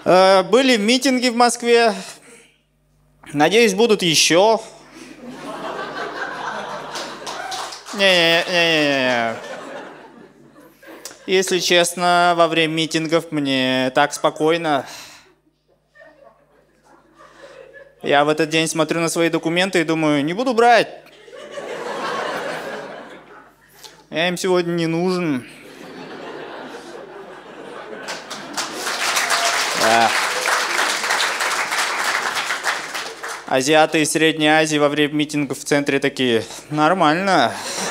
Были митинги в Москве. Надеюсь, будут еще. Не. Если честно, во время митингов мне так спокойно. Я в этот день смотрю на свои документы и думаю, не буду брать. Я им сегодня не нужен. Да. Азиаты из Средней Азии во время митингов в центре такие, нормально.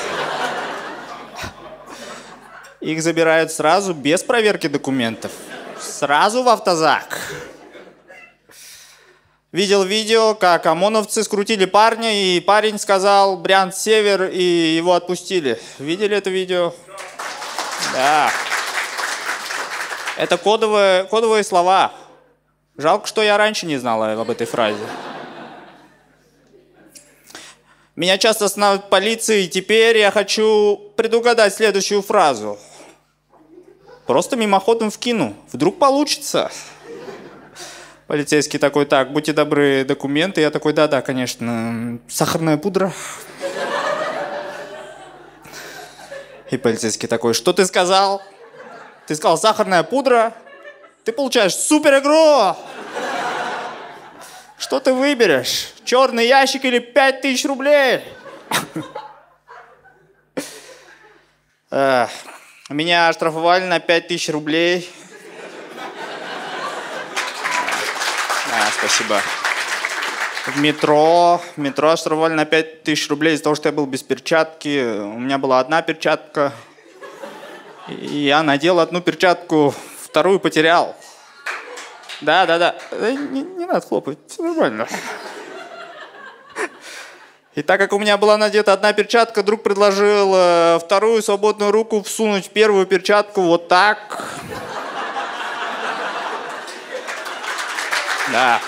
Их забирают сразу, без проверки документов. Сразу в автозак. Видел видео, как ОМОНовцы скрутили парня, и парень сказал «Брянск-Север», и его отпустили. Видели это видео? Да. Это кодовые слова. Жалко, что я раньше не знала об этой фразе. Меня часто останавливает полиция, и теперь я хочу предугадать следующую фразу. Просто мимоходом вкину. Вдруг получится. Полицейский такой, так, будьте добры, документы. Я такой, да, конечно, сахарная пудра. И полицейский такой, что ты сказал? Ты сказал сахарная пудра? Ты получаешь супер игру! Что ты выберешь? Черный ящик или 5000 рублей? Меня оштрафовали на 5000 рублей. Спасибо. В метро оштрафовали на 5000 рублей из-за того, что я был без перчатки. У меня была одна перчатка. И я надел одну перчатку, вторую потерял. Да. Не надо хлопать, все нормально. И так как у меня была надета одна перчатка, друг предложил вторую свободную руку всунуть в первую перчатку вот так. Да.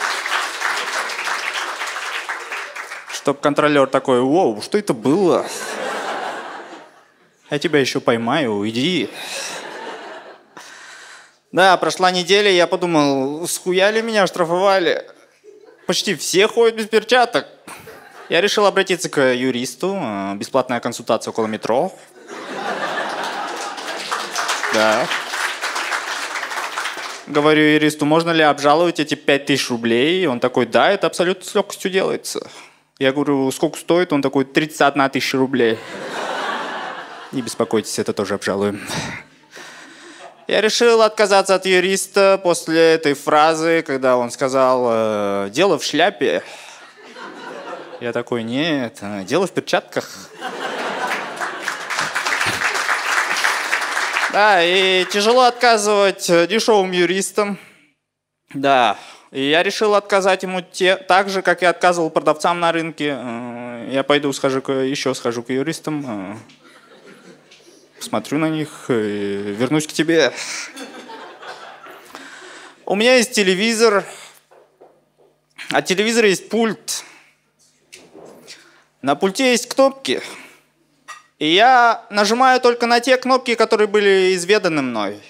Чтоб контролер такой, воу, что это было? Я тебя еще поймаю, уйди. Да, прошла неделя, я подумал, схуяли меня оштрафовали. Почти все ходят без перчаток. Я решил обратиться к юристу. Бесплатная консультация около метро. Да. Говорю юристу, можно ли обжаловать эти 5000 рублей? Он такой, да, это абсолютно с легкостью делается. Я говорю, сколько стоит? Он такой, 31 000 рублей. Не беспокойтесь, это тоже обжалуем. Я решил отказаться от юриста после этой фразы, когда он сказал, дело в шляпе. Я такой, нет, дело в перчатках. Да, и тяжело отказывать дешевым юристам. Да, и я решил отказать ему так же, как я отказывал продавцам на рынке. Я пойду схожу к юристам, посмотрю на них и вернусь к тебе. У меня есть телевизор. От телевизора есть пульт. На пульте есть кнопки. И я нажимаю только на те кнопки, которые были изведаны мной.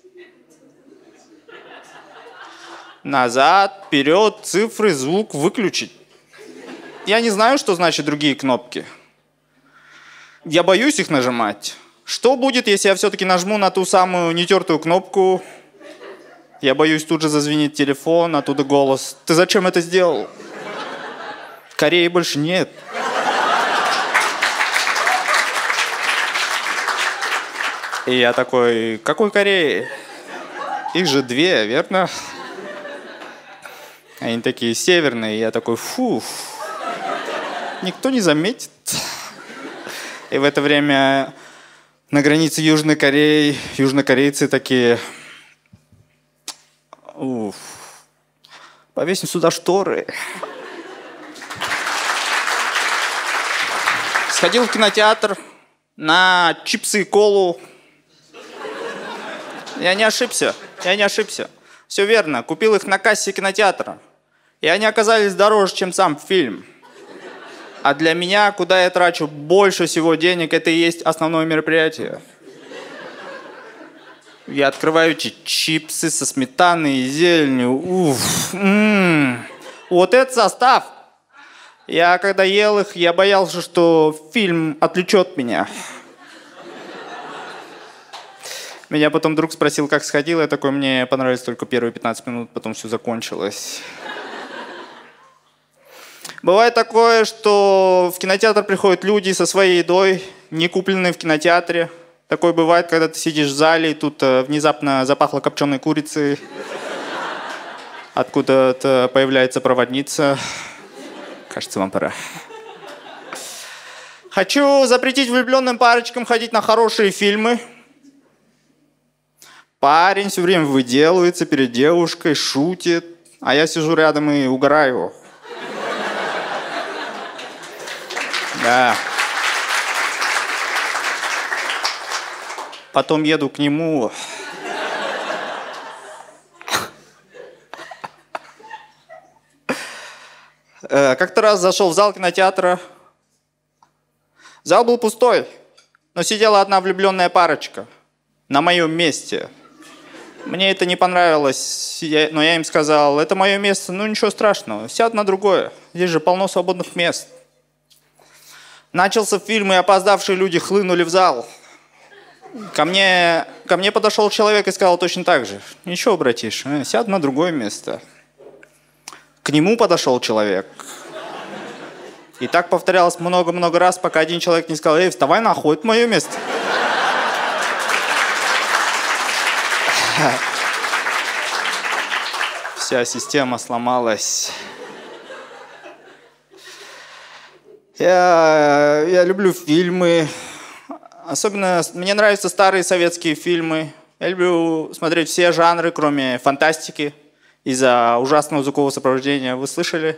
Назад, вперед, цифры, звук, выключить. Я не знаю, что значит другие кнопки. Я боюсь их нажимать. Что будет, если я все-таки нажму на ту самую нетертую кнопку? Я боюсь, тут же зазвенит телефон, оттуда голос. Ты зачем это сделал? Кореи больше нет. И я такой, какой Кореи? Их же две, верно? Они такие северные. И я такой, фу, никто не заметит. И в это время на границе Южной Кореи южнокорейцы такие, повесим сюда шторы. Сходил в кинотеатр на чипсы и колу. Я не ошибся. Все верно, купил их на кассе кинотеатра. И они оказались дороже, чем сам фильм. А для меня, куда я трачу больше всего денег, это и есть основное мероприятие. Я открываю эти чипсы со сметаной и зеленью. Уф, вот этот состав. Я когда ел их, я боялся, что фильм отвлечет меня. Меня потом друг спросил, как сходил. Я такой, мне понравились только первые 15 минут, потом все закончилось. Бывает такое, что в кинотеатр приходят люди со своей едой, не купленной в кинотеатре. Такое бывает, когда ты сидишь в зале, и тут внезапно запахло копченой курицей. Откуда-то появляется проводница. Кажется, вам пора. Хочу запретить влюбленным парочкам ходить на хорошие фильмы. Парень все время выделывается перед девушкой, шутит, а я сижу рядом и угораю. Да. Потом еду к нему. Как-то раз зашел в зал кинотеатра. Зал был пустой, но сидела одна влюбленная парочка на моем месте. Мне это не понравилось, но я им сказал, это мое место, ну ничего страшного, сядь на другое, здесь же полно свободных мест. Начался фильм, и опоздавшие люди хлынули в зал. Ко мне подошел человек и сказал точно так же, ничего, братиш, сядь на другое место. К нему подошел человек. И так повторялось много-много раз, пока один человек не сказал, эй, вставай нахуй, это мое место. Вся система сломалась. Я люблю фильмы. Особенно мне нравятся старые советские фильмы. Я люблю смотреть все жанры, кроме фантастики. Из-за ужасного звукового сопровождения. Вы слышали?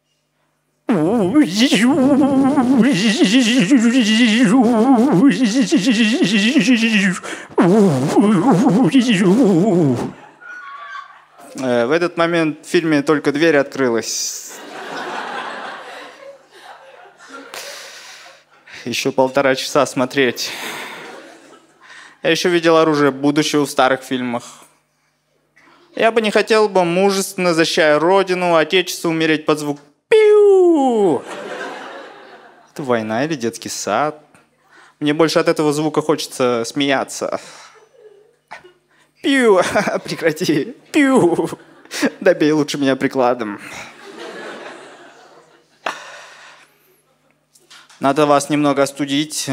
В этот момент в фильме только дверь открылась. Еще 1,5 часа смотреть. Я еще видел оружие будущего в старых фильмах. Я бы не хотел бы мужественно, защищая родину, отечество, умереть под звук «пиу». Это война или детский сад? Мне больше от этого звука хочется смеяться. «Пиу». Прекрати. «Пиу». Добей лучше меня прикладом. Надо вас немного остудить.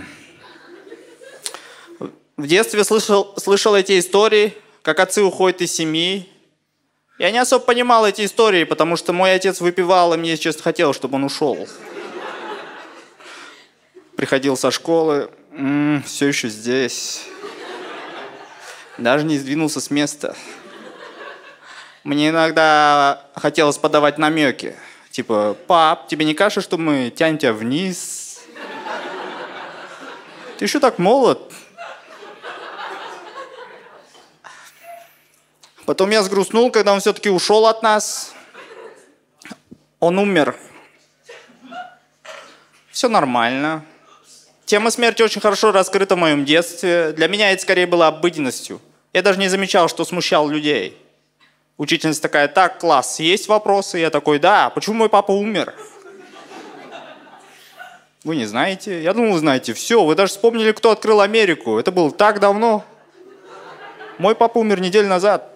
В детстве слышал эти истории, как отцы уходят из семьи. Я не особо понимал эти истории, потому что мой отец выпивал, и мне, честно, хотелось, чтобы он ушел. Приходил со школы, все еще здесь. Даже не сдвинулся с места. Мне иногда хотелось подавать намеки. Типа, пап, тебе не кажется, что мы тянем тебя вниз? Ты еще так молод. Потом я сгрустнул, когда он все-таки ушел от нас. Он умер. Все нормально. Тема смерти очень хорошо раскрыта в моем детстве. Для меня это скорее было обыденностью. Я даже не замечал, что смущал людей. Учительница такая, так, класс, есть вопросы? Я такой, да, почему мой папа умер? Вы не знаете? Я думал, вы знаете. Все, вы даже вспомнили, кто открыл Америку. Это было так давно. Мой папа умер неделю назад.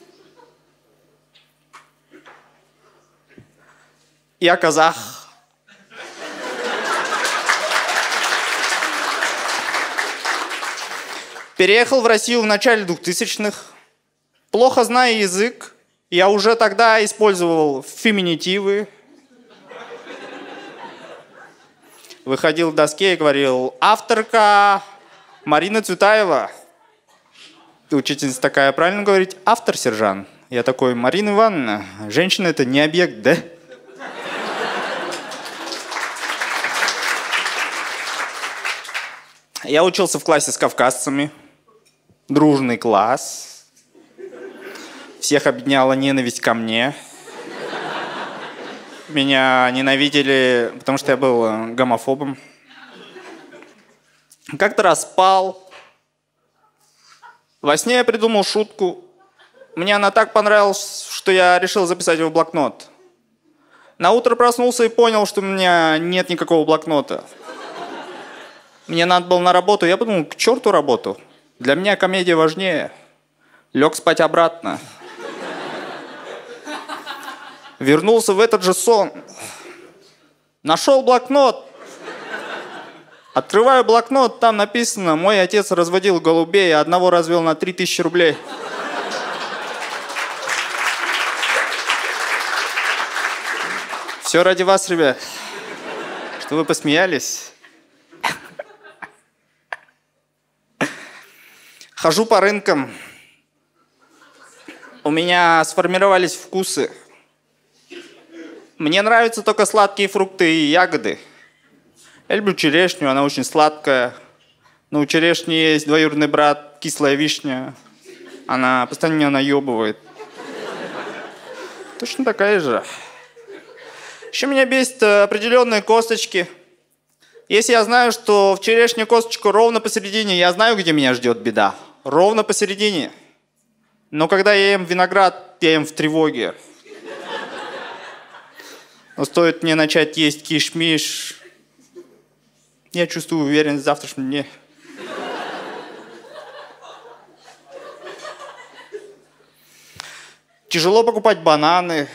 Я казах. Переехал в Россию в начале 2000-х. Плохо зная язык, я уже тогда использовал феминитивы. Выходил к доске и говорил, авторка Марина Цветаева. Учительница такая, правильно говорить, автор, сержант? Я такой, Марина Ивановна, женщина это не объект, да? Я учился в классе с кавказцами. Дружный класс. Всех объединяла ненависть ко мне. Меня ненавидели, потому что я был гомофобом. Как-то раз спал. Во сне я придумал шутку. Мне она так понравилась, что я решил записать ее в блокнот. На утро проснулся и понял, что у меня нет никакого блокнота. Мне надо было на работу. Я подумал, к черту работу. Для меня комедия важнее. Лег спать обратно. Вернулся в этот же сон. Нашел блокнот. Открываю блокнот, там написано: мой отец разводил голубей, а одного развел на 3000 рублей. Все ради вас, ребят. Что вы посмеялись. Хожу по рынкам. У меня сформировались вкусы. Мне нравятся только сладкие фрукты и ягоды. Я люблю черешню, она очень сладкая. Но у черешни есть двоюродный брат, кислая вишня. Она постоянно меня наебывает. Точно такая же. Еще меня бесит определенные косточки. Если я знаю, что в черешне косточку ровно посередине, я знаю, где меня ждет беда. Ровно посередине. Но когда я ем виноград, я ем в тревоге. Но стоит мне начать есть киш-миш, я чувствую уверенность в завтрашнем дне. Тяжело покупать бананы.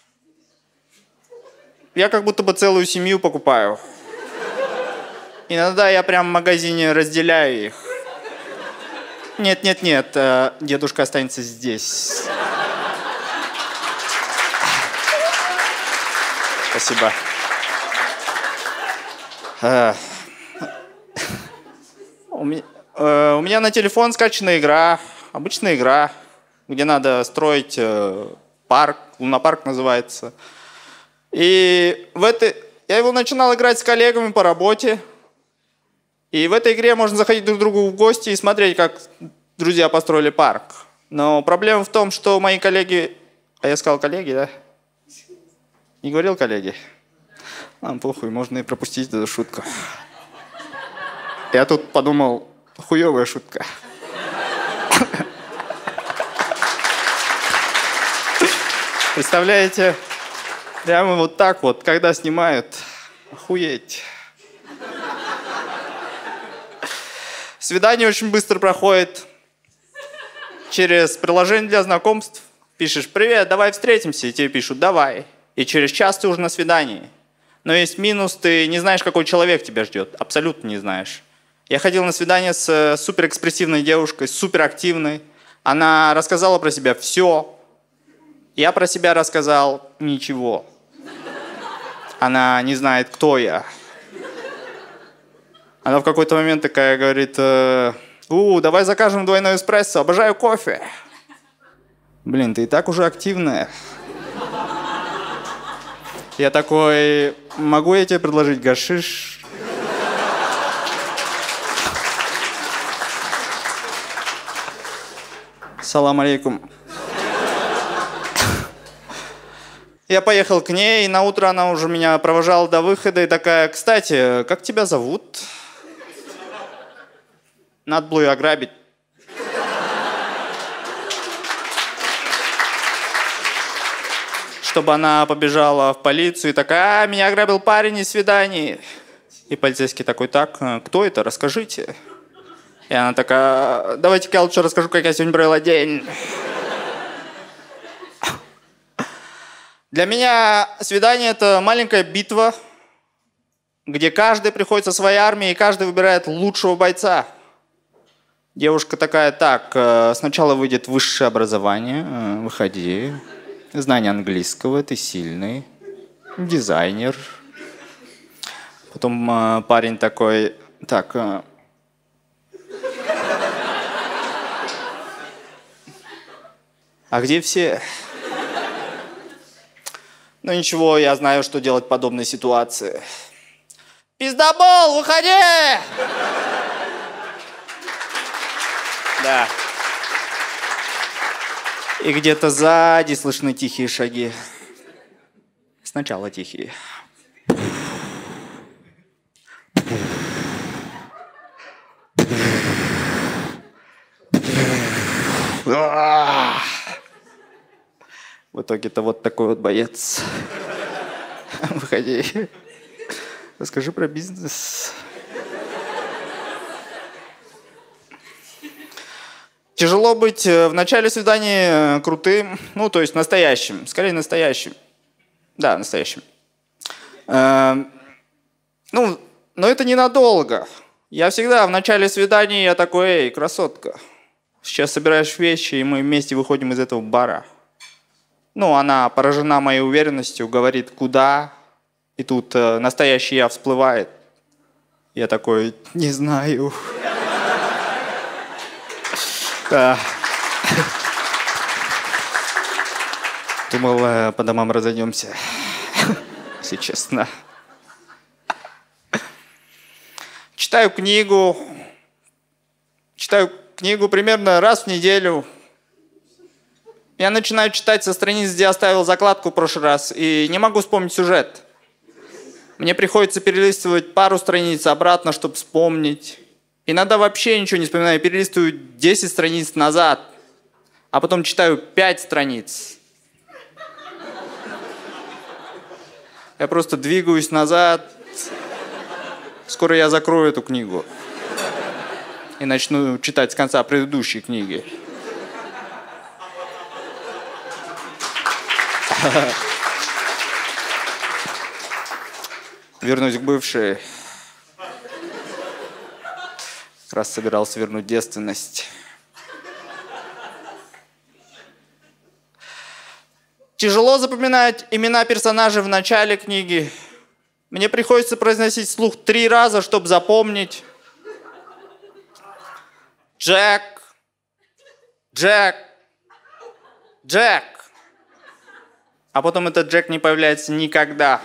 Я как будто бы целую семью покупаю. Иногда я прям в магазине разделяю их. Нет, дедушка останется здесь. Спасибо. У меня на телефон скачана игра, обычная игра, где надо строить парк, лунопарк называется. И я его начинал играть с коллегами по работе. И в этой игре можно заходить друг к другу в гости и смотреть, как друзья построили парк. Но проблема в том, что мои коллеги... А я сказал коллеги, да? Не говорил коллеги? Ладно, похуй, можно и пропустить эту шутку. Я тут подумал, хуевая шутка. Представляете? Прямо вот так вот, когда снимают, охуеть. Свидание очень быстро проходит. Через приложение для знакомств пишешь: привет, давай встретимся. И тебе пишут: давай. И через час ты уже на свидании. Но есть минус, ты не знаешь, какой человек тебя ждет. Абсолютно не знаешь. Я ходил на свидание с суперэкспрессивной девушкой, суперактивной. Она рассказала про себя все. Я про себя рассказал ничего. Она не знает, кто я. Она в какой-то момент такая говорит: давай закажем двойной эспрессо, обожаю кофе. Блин, ты и так уже активная. Я такой: могу я тебе предложить гашиш? Салам алейкум. Я поехал к ней, и на утро она уже меня провожала до выхода и такая: кстати, как тебя зовут? Надо было ее ограбить. Чтобы она побежала в полицию и такая: меня ограбил парень из свиданий. И полицейский такой: так, кто это? Расскажите. И она такая: давайте-ка я лучше расскажу, как я сегодня провела день. Для меня свидание — это маленькая битва, где каждый приходит со своей армией, и каждый выбирает лучшего бойца. Девушка такая: так, сначала выйдет высшее образование, выходи. Знание английского, ты сильный. Дизайнер. Потом парень такой: так... а где все? Ну ничего, я знаю, что делать в подобной ситуации. Пиздобол, выходи! Да. И где-то сзади слышны тихие шаги. Сначала тихие. В итоге-то вот такой вот боец. Выходи. Расскажи про бизнес. Тяжело быть в начале свидания крутым, ну, то есть настоящим. Скорее, настоящим. Да, настоящим. Ну, но это ненадолго. Я всегда в начале свидания я такой: эй, красотка, сейчас собираешь вещи, и мы вместе выходим из этого бара. Ну, она поражена моей уверенностью, говорит, куда. И тут настоящий я всплывает. Я такой: не знаю. Думал, по домам разойдемся, если честно. Читаю книгу примерно раз в неделю. Я начинаю читать со страниц, где оставил закладку в прошлый раз, и не могу вспомнить сюжет. Мне приходится перелистывать пару страниц обратно, чтобы вспомнить. Иногда вообще ничего не вспоминаю, перелистываю 10 страниц назад, а потом читаю 5 страниц. Я просто двигаюсь назад. Скоро я закрою эту книгу и начну читать с конца предыдущей книги. Вернусь к бывшей. Как раз собирался вернуть девственность. Тяжело запоминать имена персонажей в начале книги. Мне приходится произносить вслух 3 раза, чтобы запомнить. Джек. Джек. Джек. А потом этот Джек не появляется никогда.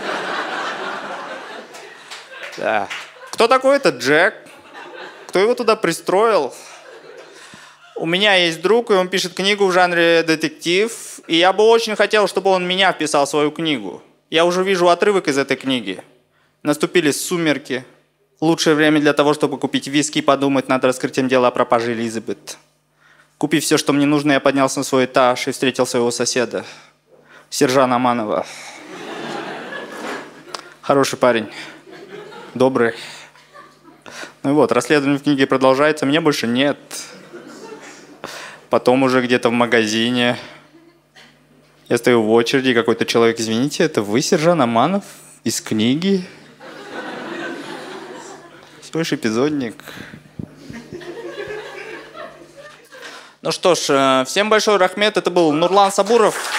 Да. Кто такой этот Джек? Кто его туда пристроил? У меня есть друг, и он пишет книгу в жанре детектив, и я бы очень хотел, чтобы он меня вписал в свою книгу. Я уже вижу отрывок из этой книги. Наступили сумерки. Лучшее время для того, чтобы купить виски и подумать над раскрытием дела о пропаже Элизабет. Купив все, что мне нужно, я поднялся на свой этаж и встретил своего соседа, Сержана Аманова. Хороший парень. Добрый. Ну и вот, расследование в книге продолжается, меня больше нет. Потом уже где-то в магазине я стою в очереди, какой-то человек: извините, это вы, Сержан Аманов, из книги? Свой эпизодник. Ну что ж, всем большой рахмет, это был Нурлан Сабуров.